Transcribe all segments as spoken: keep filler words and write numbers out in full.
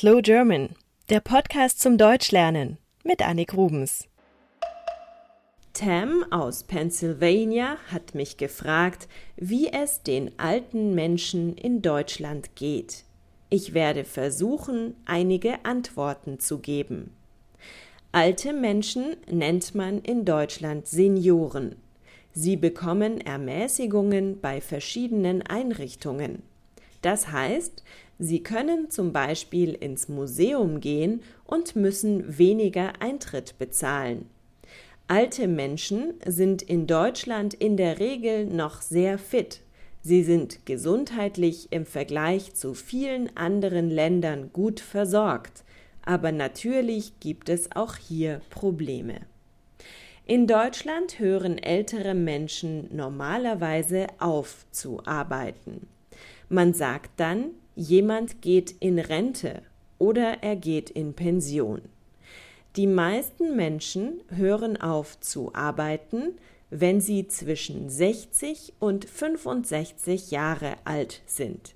Slow German, der Podcast zum Deutschlernen mit Annik Rubens. Tam aus Pennsylvania hat mich gefragt, wie es den alten Menschen in Deutschland geht. Ich werde versuchen, einige Antworten zu geben. Alte Menschen nennt man in Deutschland Senioren. Sie bekommen Ermäßigungen bei verschiedenen Einrichtungen. Das heißt, sie können zum Beispiel ins Museum gehen und müssen weniger Eintritt bezahlen. Alte Menschen sind in Deutschland in der Regel noch sehr fit. Sie sind gesundheitlich im Vergleich zu vielen anderen Ländern gut versorgt. Aber natürlich gibt es auch hier Probleme. In Deutschland hören ältere Menschen normalerweise auf zu arbeiten. Man sagt dann, jemand geht in Rente oder er geht in Pension. Die meisten Menschen hören auf zu arbeiten, wenn sie zwischen sechzig und fünfundsechzig Jahre alt sind.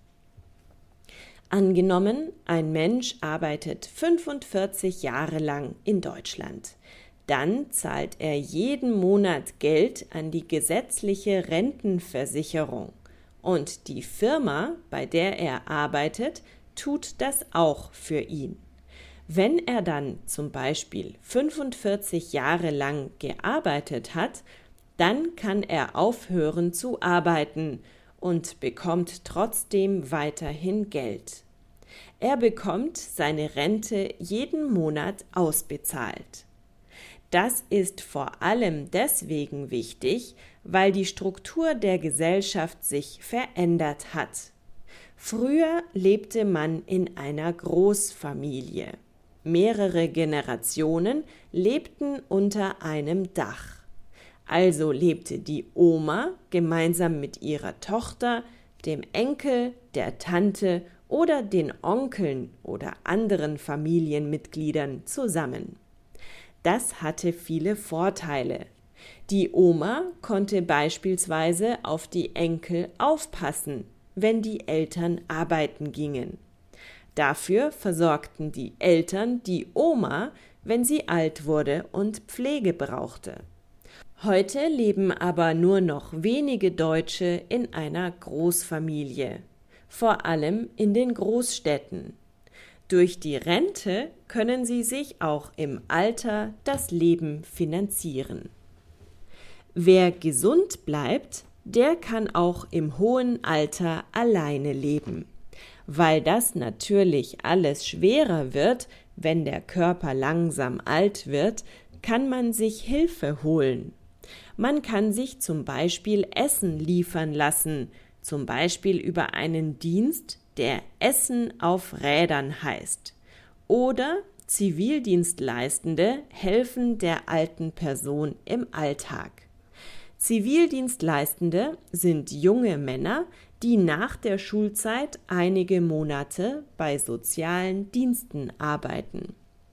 Angenommen, ein Mensch arbeitet fünfundvierzig Jahre lang in Deutschland. Dann zahlt er jeden Monat Geld an die gesetzliche Rentenversicherung. Und die Firma, bei der er arbeitet, tut das auch für ihn. Wenn er dann zum Beispiel fünfundvierzig Jahre lang gearbeitet hat, dann kann er aufhören zu arbeiten und bekommt trotzdem weiterhin Geld. Er bekommt seine Rente jeden Monat ausbezahlt. Das ist vor allem deswegen wichtig, weil die Struktur der Gesellschaft sich verändert hat. Früher lebte man in einer Großfamilie. Mehrere Generationen lebten unter einem Dach. Also lebte die Oma gemeinsam mit ihrer Tochter, dem Enkel, der Tante oder den Onkeln oder anderen Familienmitgliedern zusammen. Das hatte viele Vorteile. Die Oma konnte beispielsweise auf die Enkel aufpassen, wenn die Eltern arbeiten gingen. Dafür versorgten die Eltern die Oma, wenn sie alt wurde und Pflege brauchte. Heute leben aber nur noch wenige Deutsche in einer Großfamilie, vor allem in den Großstädten. Durch die Rente können sie sich auch im Alter das Leben finanzieren. Wer gesund bleibt, der kann auch im hohen Alter alleine leben. Weil das natürlich alles schwerer wird, wenn der Körper langsam alt wird, kann man sich Hilfe holen. Man kann sich zum Beispiel Essen liefern lassen, zum Beispiel über einen Dienst, der Essen auf Rädern heißt. Oder Zivildienstleistende helfen der alten Person im Alltag. Zivildienstleistende sind junge Männer, die nach der Schulzeit einige Monate bei sozialen Diensten arbeiten.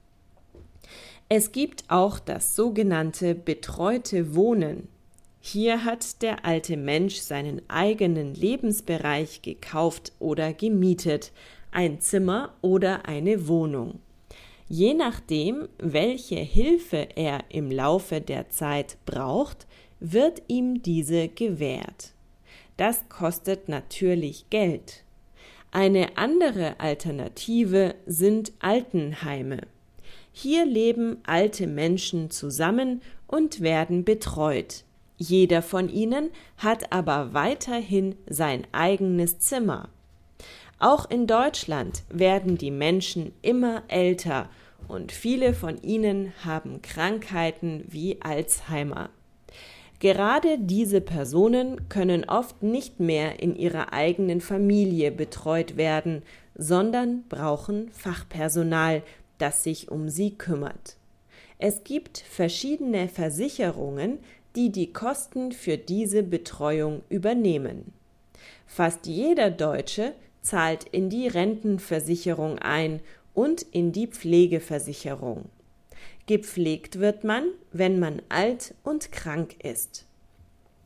Es gibt auch das sogenannte betreute Wohnen. Hier hat der alte Mensch seinen eigenen Lebensbereich gekauft oder gemietet, ein Zimmer oder eine Wohnung. Je nachdem, welche Hilfe er im Laufe der Zeit braucht, wird ihm diese gewährt. Das kostet natürlich Geld. Eine andere Alternative sind Altenheime. Hier leben alte Menschen zusammen und werden betreut. Jeder von ihnen hat aber weiterhin sein eigenes Zimmer. Auch in Deutschland werden die Menschen immer älter und viele von ihnen haben Krankheiten wie Alzheimer. Gerade diese Personen können oft nicht mehr in ihrer eigenen Familie betreut werden, sondern brauchen Fachpersonal, das sich um sie kümmert. Es gibt verschiedene Versicherungen, die die Kosten für diese Betreuung übernehmen. Fast jeder Deutsche zahlt in die Rentenversicherung ein und in die Pflegeversicherung. Gepflegt wird man, wenn man alt und krank ist.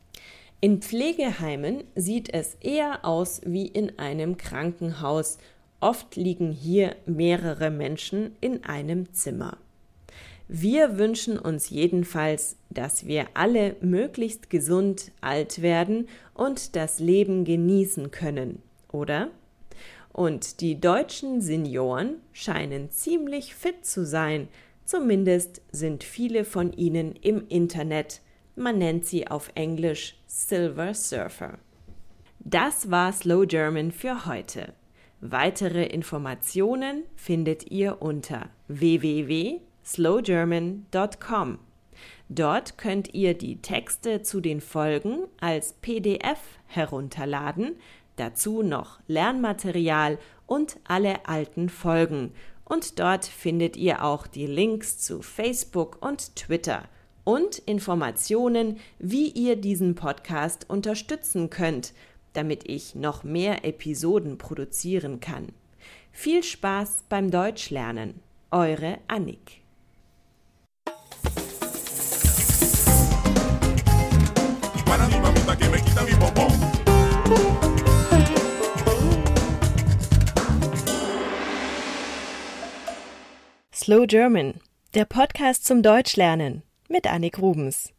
In Pflegeheimen sieht es eher aus wie in einem Krankenhaus Oft liegen hier mehrere Menschen in einem Zimmer. Wir wünschen uns jedenfalls, dass wir alle möglichst gesund alt werden und das Leben genießen können, oder? Und die deutschen Senioren scheinen ziemlich fit zu sein, zumindest sind viele von ihnen im Internet. Man nennt sie auf Englisch Silver Surfer. Das war Slow German für heute. Weitere Informationen findet ihr unter w w w punkt slow german punkt com. Dort könnt ihr die Texte zu den Folgen als P D F herunterladen, dazu noch Lernmaterial und alle alten Folgen. Und dort findet ihr auch die Links zu Facebook und Twitter und Informationen, wie ihr diesen Podcast unterstützen könnt, damit ich noch mehr Episoden produzieren kann. Viel Spaß beim Deutschlernen. Eure Annik. Slow German, der Podcast zum Deutschlernen mit Annik Rubens.